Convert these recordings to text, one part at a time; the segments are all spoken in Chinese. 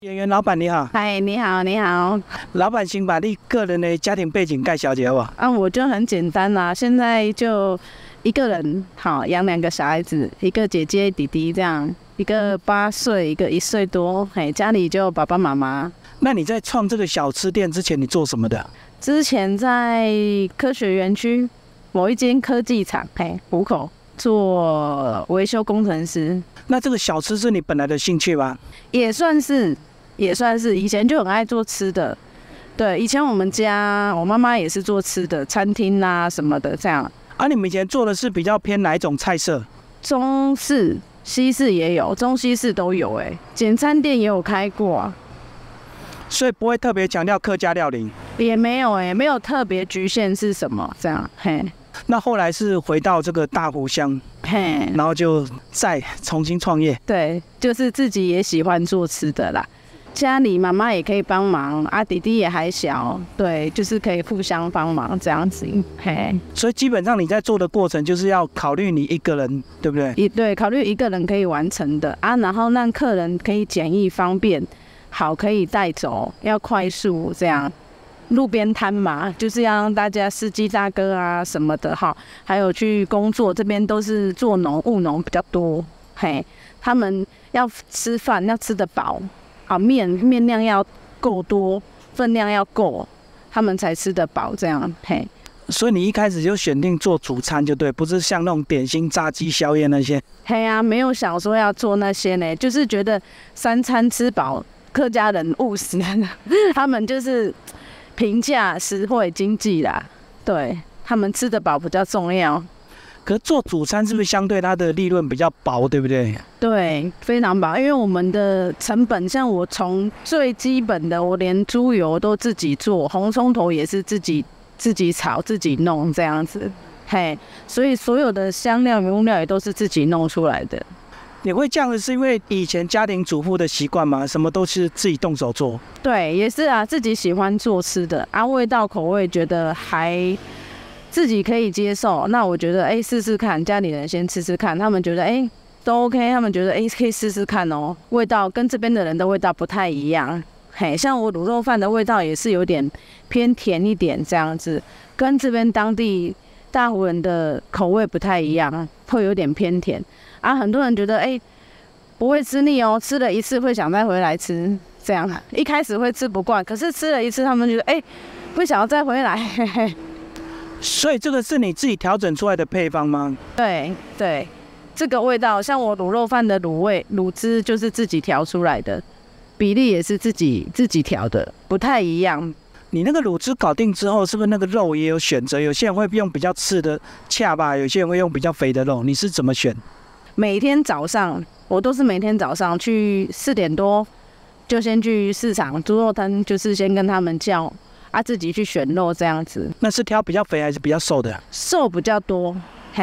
演员老板你好， 嗨，你好，你好。 老板，请把你个人的家庭背景介绍一下好不好？ 我就很简单啦，现在就一个人，好养2个小孩子，一个姐姐弟弟这样，一个8岁，一个1岁多，家里就爸爸妈妈。 那你在创这个小吃店之前，你做什么的？ 之前在科学园区某一间科技厂，湖口做维修工程师。 那这个小吃是你本来的兴趣吗？ 也算是，以前就很爱做吃的。对，以前我们家我妈妈也是做吃的，餐厅啊什么的这样。 你们以前做的是比较偏哪一种菜色？ 中式、西式也有，中西式都有。简餐店也有开过啊。 所以不会特别强调客家料理？ 也没有没有特别局限是什么这样。 那后来是回到这个大湖乡，然后就再重新创业。 对，就是自己也喜欢做吃的啦。家里妈妈也可以帮忙啊，弟弟也还小，对，就是可以互相帮忙这样子。 所以基本上你在做的过程就是要考虑你一个人，对不对？ 对，考虑一个人可以完成的啊，然后让客人可以简易方便，好可以带走，要快速这样。路边摊嘛，就是要让大家司机大哥啊什么的哈，还有去工作这边都是做农务农比较多，他们要吃饭要吃得饱，面量要够多，分量要够，他们才吃得饱这样。 所以你一开始就选定做主餐就对，不是像那种点心、炸鸡、宵夜那些。 没有想说要做那些呢，就是觉得3餐吃饱，客家人务实，他们就是平价、实惠、经济啦，对他们吃得饱比较重要。 可是做主餐是不是相对它的利润比较薄，对不对？ 对，非常薄，因为我们的成本，像我从最基本的，我连猪油都自己做，红葱头也是自己炒、自己弄这样子，所以所有的香料、原物料也都是自己弄出来的。 你会这样子是因为以前家庭主妇的习惯吗？什么都是自己动手做？ 对，也是啊，自己喜欢做吃的啊，味道口味觉得还自己可以接受，那我觉得试试看，家里人先吃吃看，他们觉得都 OK， 他们觉得可以试试看哦，味道跟这边的人的味道不太一样。像我卤肉饭的味道也是有点偏甜一点这样子，跟这边当地大湖人的口味不太一样，会有点偏甜啊。很多人觉得不会吃腻哦，吃了一次会想再回来吃，这样一开始会吃不惯，可是吃了一次，他们觉得会想要再回来。 所以这个是你自己调整出来的配方吗？ 对，这个味道像我卤肉饭的卤汁就是自己调出来的，比例也是自己调的，不太一样。 你那个卤汁搞定之后，是不是那个肉也有选择？有些人会用比较刺的恰巴，有些人会用比较肥的肉，你是怎么选？ 每天早上我都是每天早上去4点多就先去市场猪肉摊，就是先跟他们叫自己去选肉这样子。 那是挑比较肥还是比较瘦的？ 瘦比较多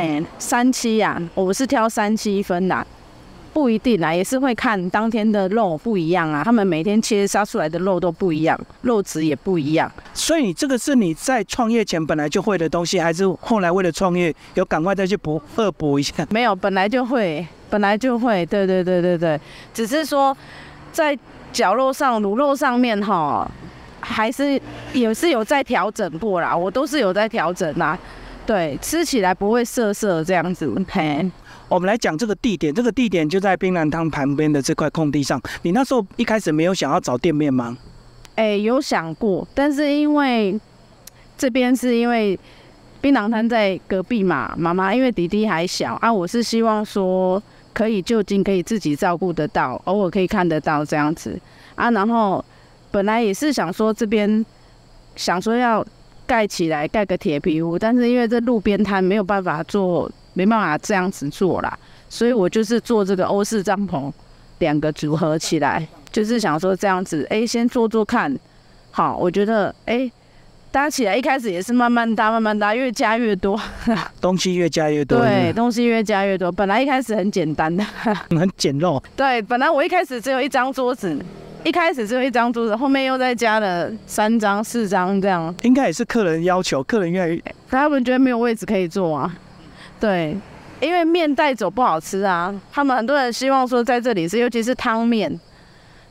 ，3-7啊，我是挑3-7分啦。不一定啦，也是会看当天的肉不一样啊，他们每天杀出来的肉都不一样，肉质也不一样。 所以你这个是你在创业前本来就会的东西，还是后来为了创业有赶快再去恶补一下？ 没有，本来就会，对，只是说在绞肉上、卤肉上面还是也是有在调整过啦，我都是有在调整啦。对，吃起来不会涩这样子。 我们来讲这个地点，这个地点就在槟榔汤旁边的这块空地上。你那时候一开始没有想要找店面吗？ 有想过，但是因为这边是因为槟榔摊在隔壁嘛，妈妈因为弟弟还小啊，我是希望说可以就近可以自己照顾得到，偶尔可以看得到这样子啊。然后本来也是想说这边想说要盖起来，盖个铁皮屋，但是因为这路边摊没有办法做。没办法这样子做啦，所以我就是做这个欧式帐篷，2个组合起来，就是想说这样子，先做看，好，我觉得搭起来一开始也是慢慢搭，越加越多， 东西越加越多， 对，东西越加越多。本来一开始很简单的， 很简陋， 对，本来我一开始只有1张桌子。后面又再加了3张、4张这样。 应该也是客人要求，客人越来越， 他们觉得没有位置可以坐啊。对，因为面带走不好吃啊，他们很多人希望说在这里是，尤其是汤面，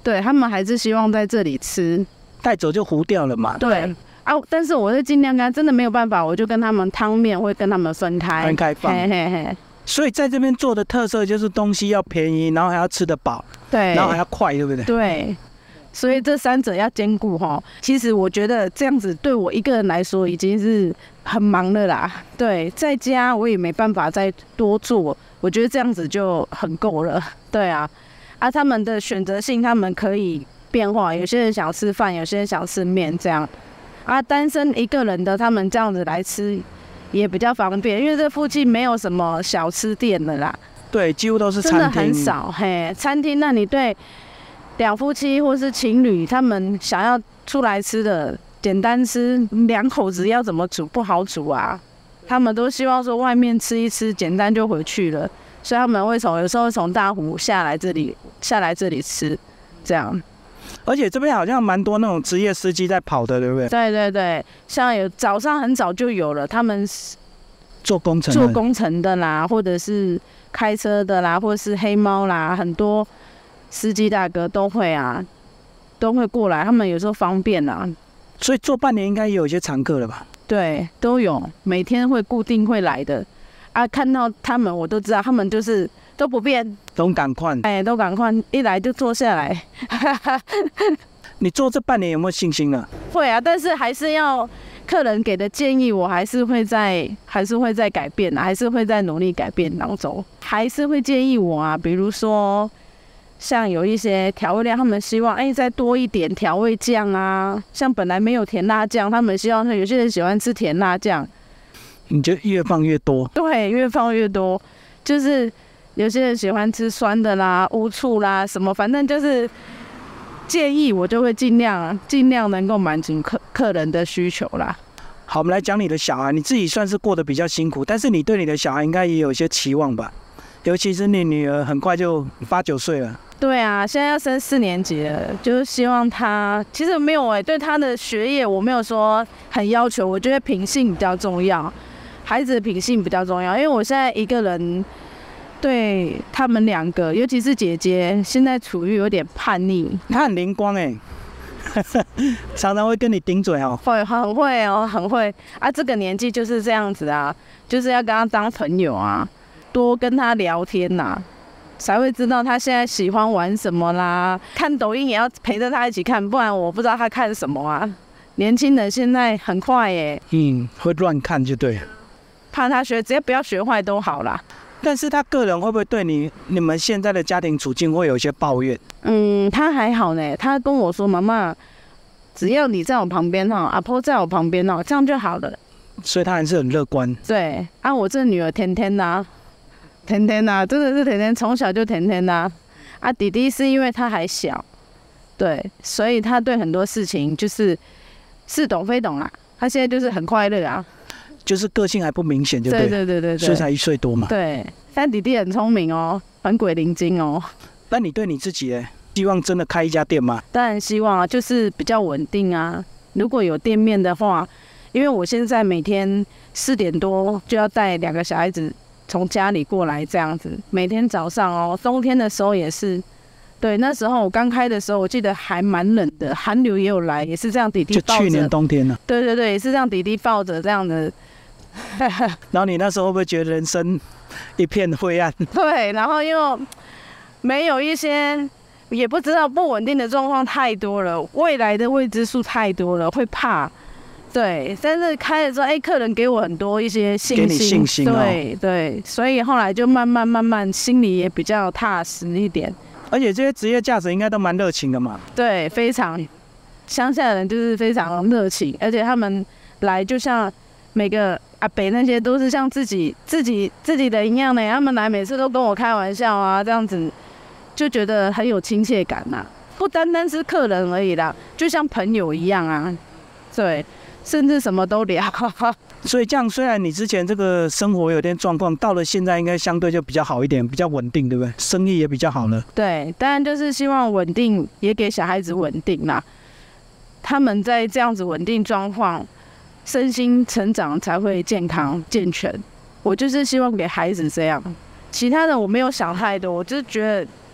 对他们还是希望在这里吃， 带走就糊掉了嘛。 对啊，但是我是尽量真的没有办法，我就跟他们汤面会跟他们分开放。 嘿嘿嘿。 所以在这边做的特色就是东西要便宜，然后还要吃得饱， 对， 然后还要快，对不对？ 对。所以这三者要兼顾哈。其实我觉得这样子对我一个人来说已经是很忙了啦。对，在家我也没办法再多做，我觉得这样子就很够了。对啊，啊，他们的选择性他们可以变化，有些人想吃饭，有些人想吃面这样。啊，单身一个人的他们这样子来吃也比较方便，因为这附近没有什么小吃店了啦。 对，几乎都是餐厅， 真的很少。嘿，餐厅那你对两夫妻或是情侣他们想要出来吃的，简单吃，2口子要怎么煮不好煮啊？他们都希望说外面吃一吃，简单就回去了，所以他们会有时候从大湖下来这里吃，这样。 而且这边好像蛮多那种职业司机在跑的，对不对？ 对对对，像有早上很早就有了，他们做工程的啦，或者是开车的啦，或者是黑猫啦，很多司机大哥都会过来，他们有时候方便啦。 所以做半年应该也有一些常客了吧？ 对，都有，每天会固定会来的啊。看到他们我都知道，他们就是都不变， 都赶快， 都赶快，一来就坐下来。 你做这半年有没有信心了？ 会啊，但是还是要客人给的建议，我还是会在改变啊，还是会在努力改变当中，还是会建议我啊，比如说像有一些调味料，他们希望再多一点调味酱啊，像本来没有甜辣酱，他们希望有些人喜欢吃甜辣酱， 你就越放越多。对， 越放越多，就是有些人喜欢吃酸的啦、乌醋啦什么，反正就是建议我就会尽量能够满足客人的需求啦。 好，我们来讲你的小孩，你自己算是过得比较辛苦，但是你对你的小孩应该也有一些期望吧？尤其是你女儿很快就8、9岁了。 对啊，现在要升4年级了，就是希望她，其实没有对她的学业我没有说很要求，我觉得品性比较重要，孩子的品性比较重要，因为我现在一个人对他们2个，尤其是姐姐，现在处于有点叛逆。 她很灵光常常会跟你顶嘴哦。 很会哦，很会啊！这个年纪就是这样子啊，就是要跟他当朋友啊，多跟他聊天呐，才会知道他现在喜欢玩什么啦。看抖音也要陪着他一起看，不然我不知道他看什么啊。年轻人现在很快耶， 会乱看就对了。 怕他只要不要学坏都好啦。 但是他个人会不会对你们现在的家庭处境会有一些抱怨？ 他还好呢。他跟我说：“妈妈，只要你在我旁边阿婆在我旁边这样就好了。” 所以他还是很乐观。 对啊，我这女儿甜甜呐，甜甜呐，真的是甜甜，从小就甜甜呐。啊，弟弟是因为他还小，对，所以他对很多事情就是似懂非懂啦。他现在就是很快乐啊。 就是个性还不明显，就对。 对， 所以才1岁多嘛。 对，但弟弟很聪明哦，很鬼灵精哦。 那你对你自己希望真的开一家店吗？ 当然希望啊，就是比较稳定啊。如果有店面的话，因为我现在每天4点多就要带2个小孩子从家里过来这样子，每天早上冬天的时候也是。对，那时候我刚开的时候，我记得还蛮冷的，寒流也有来，也是这样弟弟抱着。 就去年冬天了。 对，也是这样弟弟抱着这样的。 然后你那时候会不会觉得人生一片灰暗？ 对，然后又没有一些，也不知道不稳定的状况太多了，未来的未知数太多了，会怕。对，但是开了之后，客人给我很多一些信心， 给你信心。 对，所以后来就慢慢，心里也比较踏实一点。 而且这些职业驾驶应该都蛮热情的嘛。 对，非常，乡下人就是非常热情，而且他们来就像每个阿伯那些都是像自己的一样的，他们来每次都跟我开玩笑啊，这样子就觉得很有亲切感呐。不单单是客人而已啦，就像朋友一样啊。对，甚至什么都聊。 所以这样，虽然你之前这个生活有点状况，到了现在应该相对就比较好一点，比较稳定，对不对？生意也比较好了。 对，当然就是希望稳定，也给小孩子稳定啦。他们在这样子稳定状况，身心成长才会健康健全。我就是希望给孩子这样，其他的我没有想太多，我就是觉得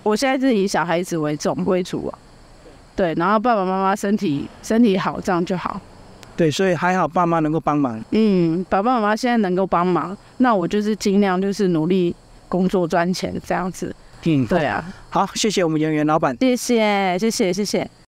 我现在是以小孩子为主啊，对，然后爸爸妈妈身体好，这样就好。 对，所以还好爸妈能够帮忙。 爸爸妈妈现在能够帮忙，那我就是尽量就是努力工作赚钱这样子。对啊， 好，谢谢我们圆圆老板。 谢谢。